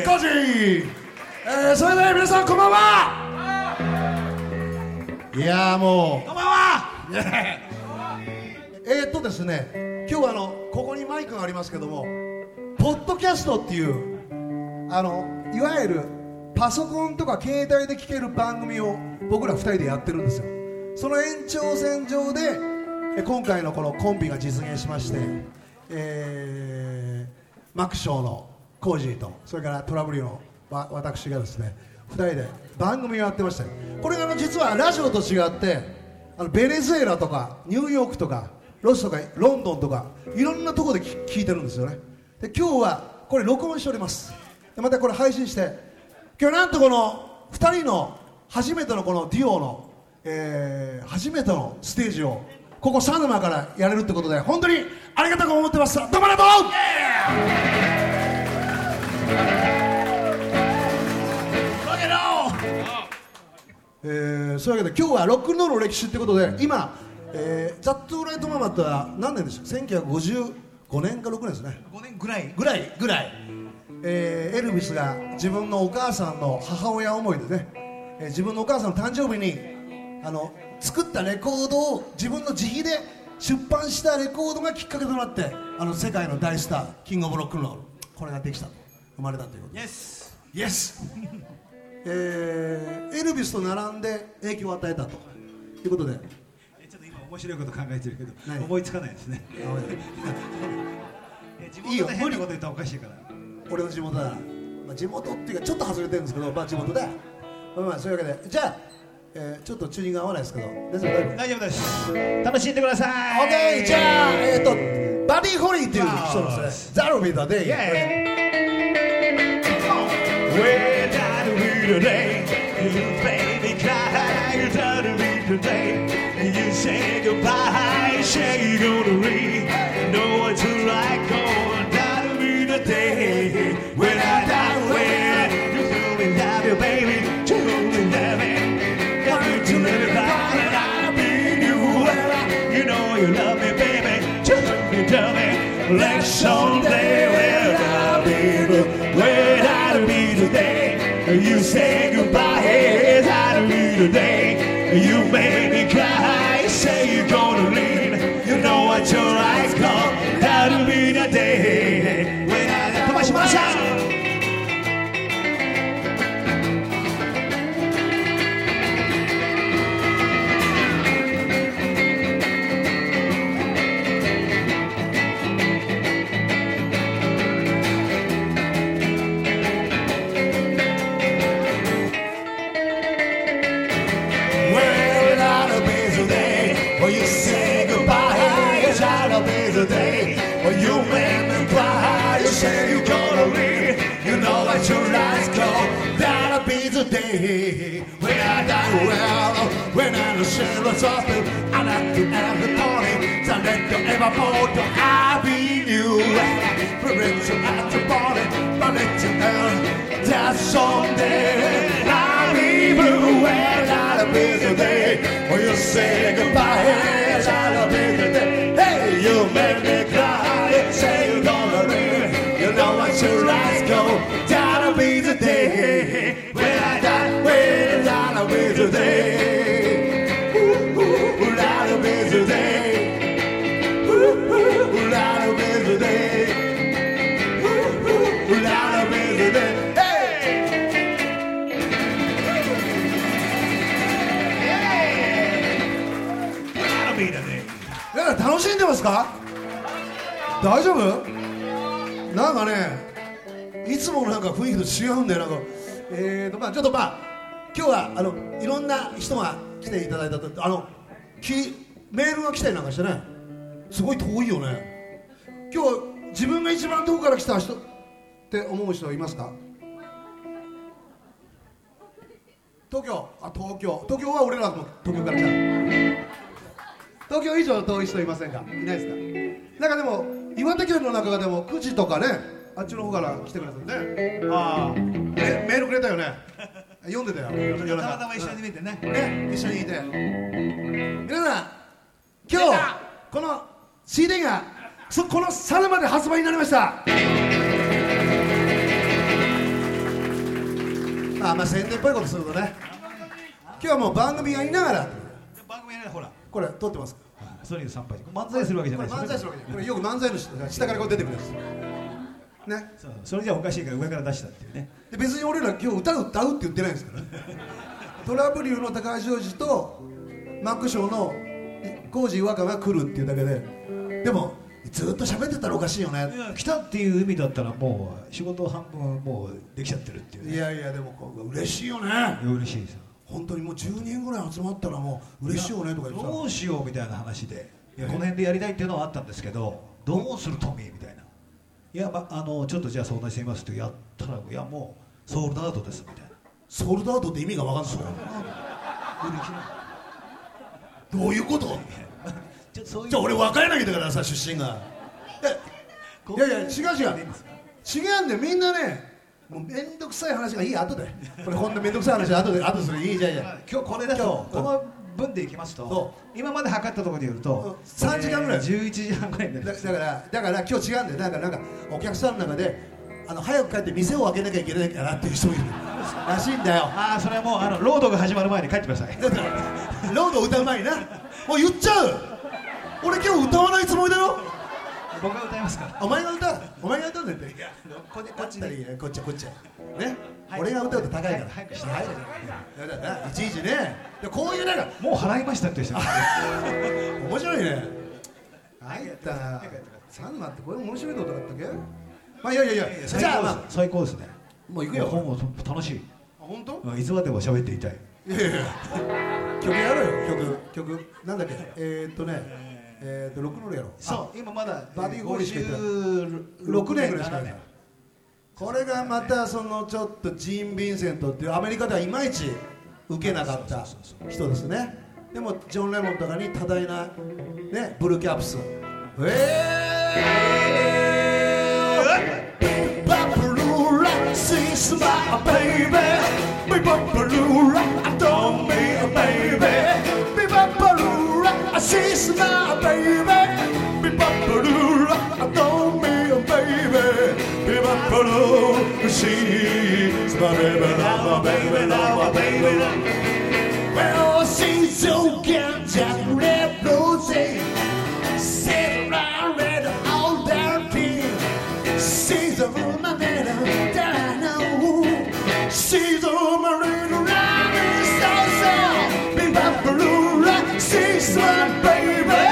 コジそれでは皆さんこんばんは。いやーもうこんばんは。 ですね、今日はここにマイクがありますけども、ポッドキャストっていういわゆるパソコンとか携帯で聴ける番組を僕ら2人でやってるんですよ。その延長線上で今回のこのコンビが実現しまして、マックショーのコージーとそれからトラブリューの私がですね2人で番組をやってまして、これが実はラジオと違ってベネズエラとかニューヨークとかロスとかロンドンとかいろんなところで聞いてるんですよね。で今日はこれ録音しております。でまたこれ配信して、今日なんとこの2人の初めてのこのデュオの、初めてのステージをここサヌマからやれるってことで本当にありがたく思ってます。どうもありがとう。そういうわけで今日はロックンロールの歴史ってことで、今、ザット・ライト・ママっては何年でしょう。1955年か6年ですね。 5年ぐらい。 エルビスが自分のお母さんの母親思いでね、自分のお母さんの誕生日に作ったレコードを自分の自費で出版したレコードがきっかけとなって、世界の大スターキングオブロックンロール、これができたと、生まれたということで、イエスエルビスと並んで影響を与えたということで、 ちょっと今面白いこと考えてるけど思いつかないですね。地元で変なこと言ったらおかしいから。 俺の地元だ、地元っていうかちょっと外れてるんですけど、地元だ。そういうわけでじゃあ、ちょっとチューニング合わないですけど大丈夫です。楽しんでください。 OK。 じゃあバディ・ホリーっていう人のですね、That'll be the day。 Well, that'll be the day you made me cry. That'll be the day you say goodbye. Say you're gonna leave, know what you like. Oh, that'll be the day when I die. When you truly love you, baby, truly love me. Got you to live it out, and I'll be you. You know you love me, baby. Just tell me, like someday. Well, I'll be the way. That'll be the day you say goodbye. That'll be the day you made me cry. Say you're gonna leave, you know what your eyes call. That'll be the day when I die. 飛ばしましょう。The day when you made me cry, you said you're gonna leave, you know what your eyes call. That'll be the day when I die. Well, when I'm the sailor's off, I like to have the morning, so let you ever fall to I be you. Prevent you at the body, but let you earn that someday I'll be blue. Well, that'll be the day when you say goodbye. That'll be the day. You make me cry, say you're gonna leave, you know what your eyes go. That'll be the day when I die. Well, that'll be the day. Ooh, that'll be the day. Ooh, that'll be the day. Ooh, that'll be the day. That'll be the day. 楽しんでますか？大丈夫？なんかね、いつものなんか雰囲気と違うんだよ。なんかちょっと今日はいろんな人が来ていただいたと、メールが来たりなんかしてね、すごい遠いよね。今日自分が一番遠くから来た人って思う人いますか？東京は俺らの東京から来た。東京以上遠い人いませんか？いないですか？なんかでも岩手県の中でも9時とかね、あっちの方から来てくれたんね。メールくれたよね。読んでたよ。 たまたま一緒に見てね。 一緒にいて。皆さん、今日この CD がこのサルまで発売になりました。 まあ宣伝っぽいことするとね、今日はもう番組やりながら、 番組やりながらほらこれ撮ってますか、 ソニーの3杯漫才するわけじゃないですよね。 漫才するわけじゃない、これよく漫才の下からこう出てくるやつね。 それじゃおかしいから上から出したっていうね。 で別に俺ら今日歌うって言ってないんですからトラブリューの高橋ジョージとマックショーのコージー若が来るっていうだけで、でもずっと喋ってたらおかしいよね。 いや来たっていう意味だったらもう仕事半分もうできちゃってるっていう、ね、 いやいやでも嬉しいよね。 嬉しいですよ本当にもう10人ぐらい集まったらもう嬉しいよねとか言ってさ、 どうしようみたいな話で、いやこの辺でやりたいっていうのはあったんですけど、どうするトミーみたいな、いや、ちょっとじゃあ相談してみますってやったら、いやもうソールドアウトですみたいな。 ソールドアウトって意味が分かんないどういうことじゃあ俺分からないんだからさ、出身がいやいや違うんだよ、みんなね、もうめんどくさい話がいい後で、これこんなめんどくさい話は後する、いいじゃん。 今日これだとこの分でいきますと、今まで測ったところでいうと 3時間ぐらい、 11時半ぐらいになります。 だから今日違うんだよ。なんかお客さんの中で早く帰って店を開けなきゃいけないからっていう人もいるらしいんだよ。 ああ、それはもうロードが始まる前に帰ってください。 だからロードを歌う前にな、もう言っちゃう。俺今日歌わないつもりだよ。 僕が歌いますから。 お前が歌うんだって。いやこっちだいいこっちね、俺が歌うと高いから早くして、 だからいちいちね、こういうなんかもう払いましたって人面白いね。入ったな。サンマってこれ面白いことだったっけ。まあいやじゃあ最高ですね。 もう行くよ。 もう楽しい。 本当？ いつまでも喋っていたい。 いや曲やろうよ。曲なんだっけ。ロックノールやろう。 そう今まだバディホーリーしか言ってない。6年ぐらいしかない。これがまたそのちょっとジーン・ヴィンセントっていうアメリカではいまいち受けなかった人ですね。でもジョン・レモンとかに多大なねブルーキャップス。She's my baby, Bebopalula, adore me, baby. Bebopalula, she's my baby, Bebopalula, adore me, baby. Bebopalula, she's my baby, my baby. Well, she's so good, just red rosy, sit around red all their feet. She's a woman that I know. She's a marine running so Bebopalula, she's my baby.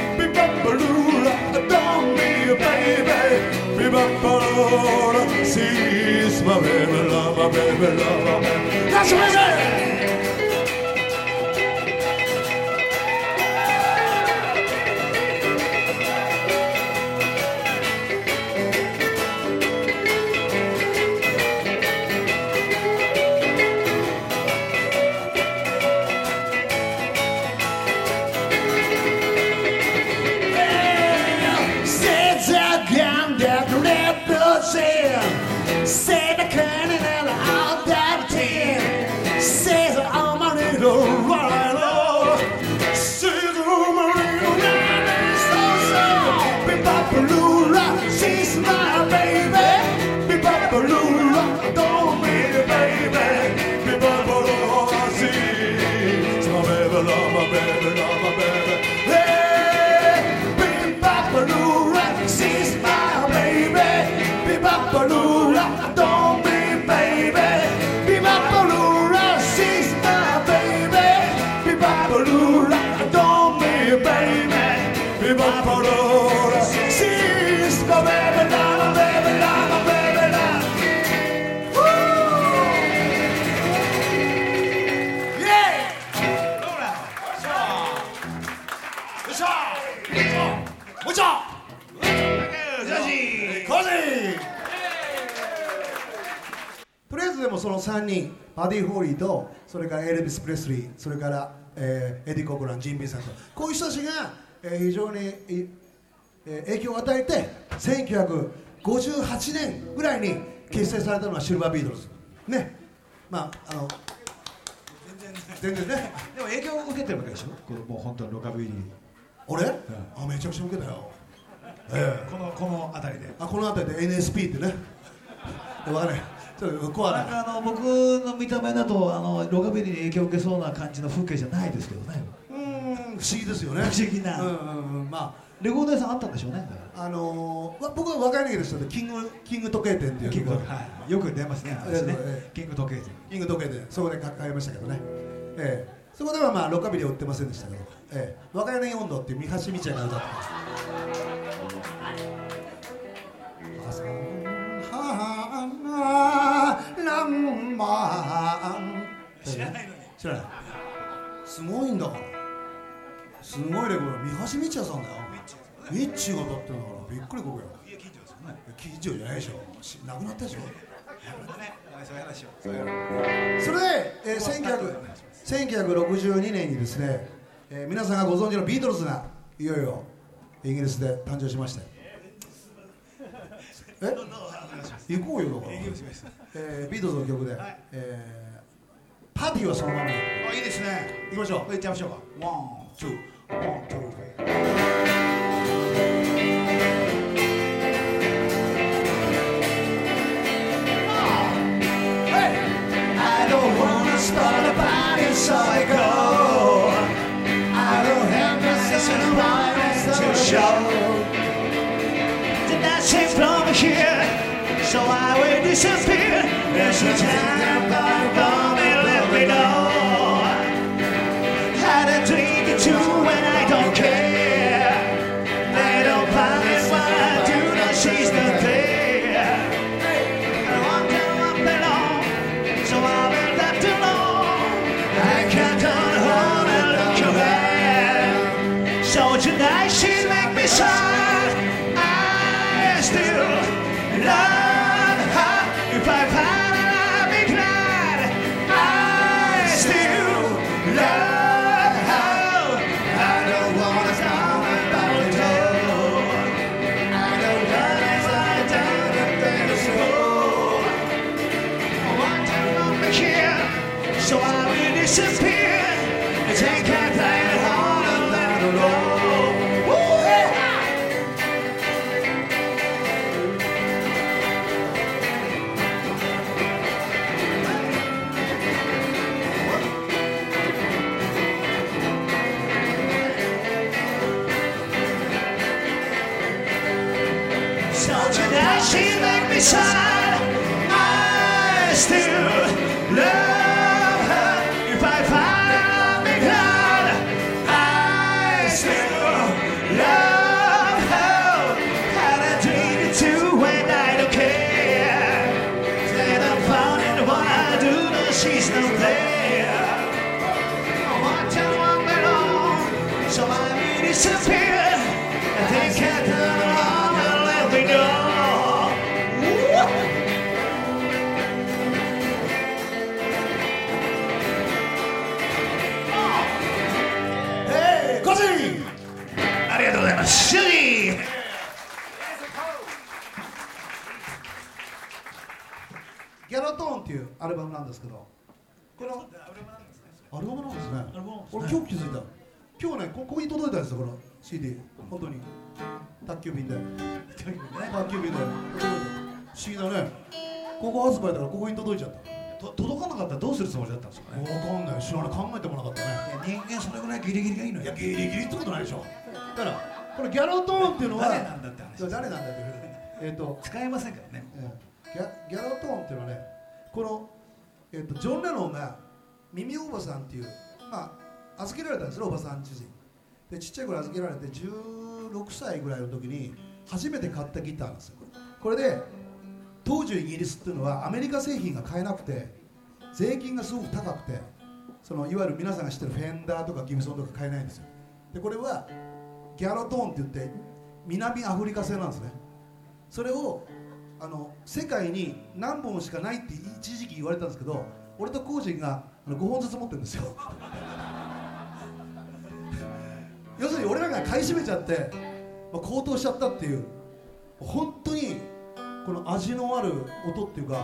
Bebopalula, adore me, baby. Bebopalula, she's my baby, love my baby, love my baby. That's amazing! Say the cannon and all that tin. Says I'm a little rider. Says I'm a little rider. Bebopalula, she's my baby. Bebopalula, adore me, baby. Bebopalula, she's my baby, love my baby, love my baby. Hey, Bebopalula, she's my baby. Bebopalula, adore me, baby. Bebopalula, she's my baby. Bebopalula, adore me, baby. Bebopalula, she's my baby, love my baby, love my baby, love. Woo! Yeah! What's up? とりあえずでもその3人、バディ・ホーリーとそれからエルビス・プレスリー、それから、エディ・コークラン、ジン・ヴィンセント、こういう人たちが、非常に、影響を与えて1958年ぐらいに結成されたのがシルバー・ビートルズね。まあ全然ね。 でも影響を受けてるわけでしょ。これもう本当にロカビリー。 俺、めちゃくちゃ受けたよ。 この辺りで。 この辺りで NSP ってね。わかんない。 ちょっとコアなんなか僕の見た目だとロカビリーに影響を受けそうな感じの風景じゃないですけどね。 不思議ですよね。 不思議な、 まレコード屋さんあったんでしょうね。 僕は若い時でしたのでキング時計店っていうキング、 ところ、 はい、よく出ますね、話ね、キング時計店。 キング時計店、そこで買いましたけどね、そこではまあロカビリーは売ってませんでしたけど、若柳温度っていう三橋美智也が歌ってます。 知らないのに。 知らない。すごいんだから。すごいレコード、三橋美智也さんだよ。ミッチーが歌ってるんだからびっくりここよ。 いや近所ですよね。 近所じゃないでしょ。亡くなったでしょ。 そういう話を。 それで、1962年にですね、皆さんがご存知のビートルズがいよいよイギリスで誕生しました。行こうよだから。ビートルズの曲で、パーティーはそのままに。 いいですね。 行きましょう。 行っちゃいましょうか。ワン、ツー、ワン、ツー、I don't wanna start a party, so I go. I don't have nothing to show. The dancing from here, so I will disappear. There's a time I'm gonna let me know. Had a drink or two and I don't care. They don't promise what I do, no, she's not there. I want to up alone, so I will have to know. I can't turn home and look away. So tonight she make me sad. I still love her. If I find her, I'll be glad. I still love her. I don't wanna stop about it all. I don't want as I done the better school. I want to run back here, so I will disappear. Take a time to hold and let it go. So tonight she make me sad. I still love her. If I find her, I'll be glad. I still love her. Had a drink or two and I don't care. Said I'm found in what I do, but she's no player. I want to walk alone, so I will disappear. I think I turn around and let me go. Hey, コジー。 ありがとうございます。シュリー。 ギャラトーンっていうアルバムなんですけど、このアルバムなんですね。俺今日気づいた。今日ね、ここに届いたんですよ、この CD。本当に宅急便で。宅急便で。不思議だね。ここ発売だからここに届いちゃった。 届かなかったらどうするつもりだったんですかね。 わかんない。知らない。考えてもなかったね。 人間それぐらいギリギリがいいのよ。 いや、ギリギリってことないでしょ。だからこのギャラトーンっていうのは誰なんだって話。 誰なんだって使えませんからね。 ギャラトーンっていうのはね、このジョン・レノンが耳おばさんっていう、まあ預けられたんですよ、おばさん知人で。ちっちゃい頃預けられて16歳ぐらいの時に初めて買ったギターなんですよ。これで当時イギリスっていうのはアメリカ製品が買えなくて、税金がすごく高くて、そのいわゆる皆さんが知ってるフェンダーとかギブソンとか買えないんですよ。でこれはギャラトーンって言って南アフリカ製なんですね。それを世界に何本しかないって一時期言われたんですけど、俺とコージンが5本ずつ持ってるんですよ要するに俺らが買い占めちゃって、高騰しちゃったっていう、本当にこの味のある音っていうか、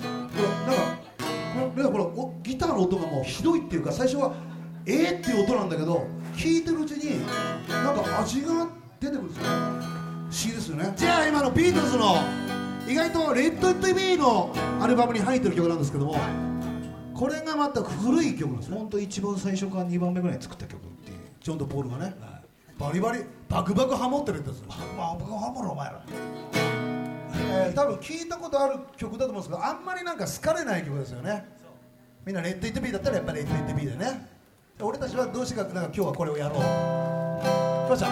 このギターの音がもうひどいっていうか、最初はっていう音なんだけど、聴いてるうちになんか味が出てくるんですよね。不思議ですよね。じゃあ今のビートルズの意外とレッド・イット・ビーのアルバムに入ってる曲なんですけども、これがまた古い曲なんですね。 本当一番最初から2番目ぐらいに作った曲っていう。 ジョンとポールがね、バリバリバクバクハモってるんですよ。 僕がハモるお前ら。 多分聞いたことある曲だと思うんですけど、あんまりなんか好かれない曲ですよね。みんなレッド・イット・ビーだったらやっぱりレッド・イット・ビーでね。俺たちはどうしてかなんか今日はこれをやろう。きました。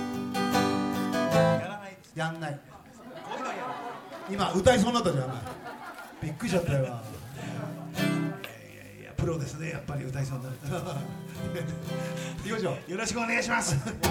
やらないです。 やんない。今歌いそうになったじゃん。びっくりしちゃったよ。 いやプロですね、やっぱり歌いそうになる。 いきましょう。 よろしくお願いします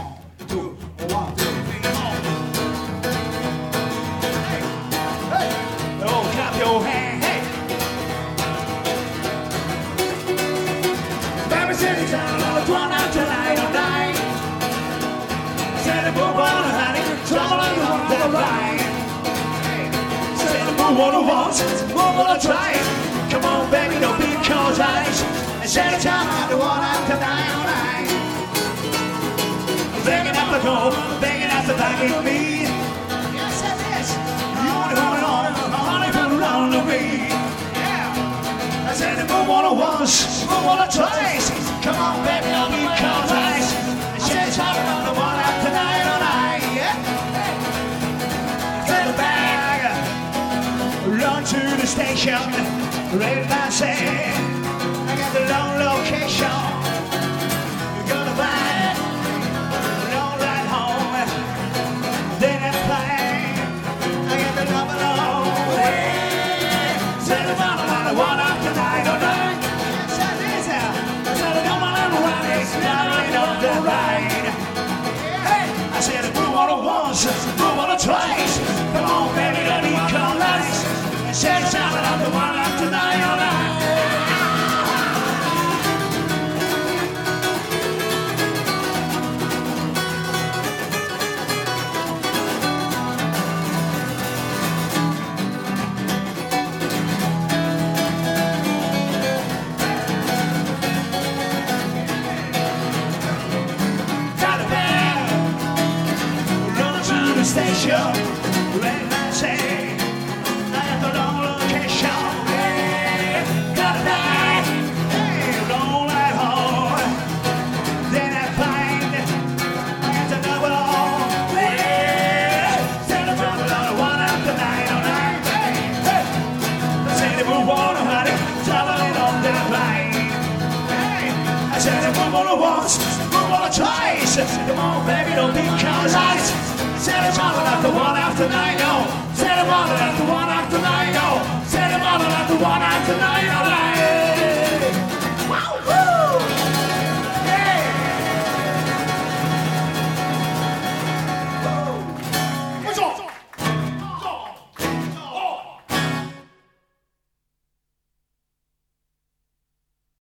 。Come on, baby, don't be close eyes. I said it's time I don't want to die all night. Begging up the door, begging up the back of me. Yes, yes. You want to hold on, honey, put on to me. Yeah. I said move on to once, move on to twice. Come on, baby, don't be close eyes. I said it's time I don't want to die all night. Yeah. Get the bag, run to the station. Ready to say, I got the long location. You're gonna find a long ride home. Then I play, I got the number long way. Said the mama, I want up tonight, all night. Said this, I said the number on the ride, not on the ride. Hey, I said move on to once, move on to twice. Come on, baby, don't need come nice. I said it's time I'm the one up tonight, all night. Station, red man say, I have the long location. Hey, got a night, hey, long ride home. Then I find I got the double on. Hey, tell the brother I want up the night all night. Hey, hey, I said they move on, honey, traveling on that line. Hey, I said they move on once, move on twice. Come on, baby, don't be cause eyes. Set him on after one after nine, no. Set him on after one after nine, no. Set him on after one after nine, all right. Wow.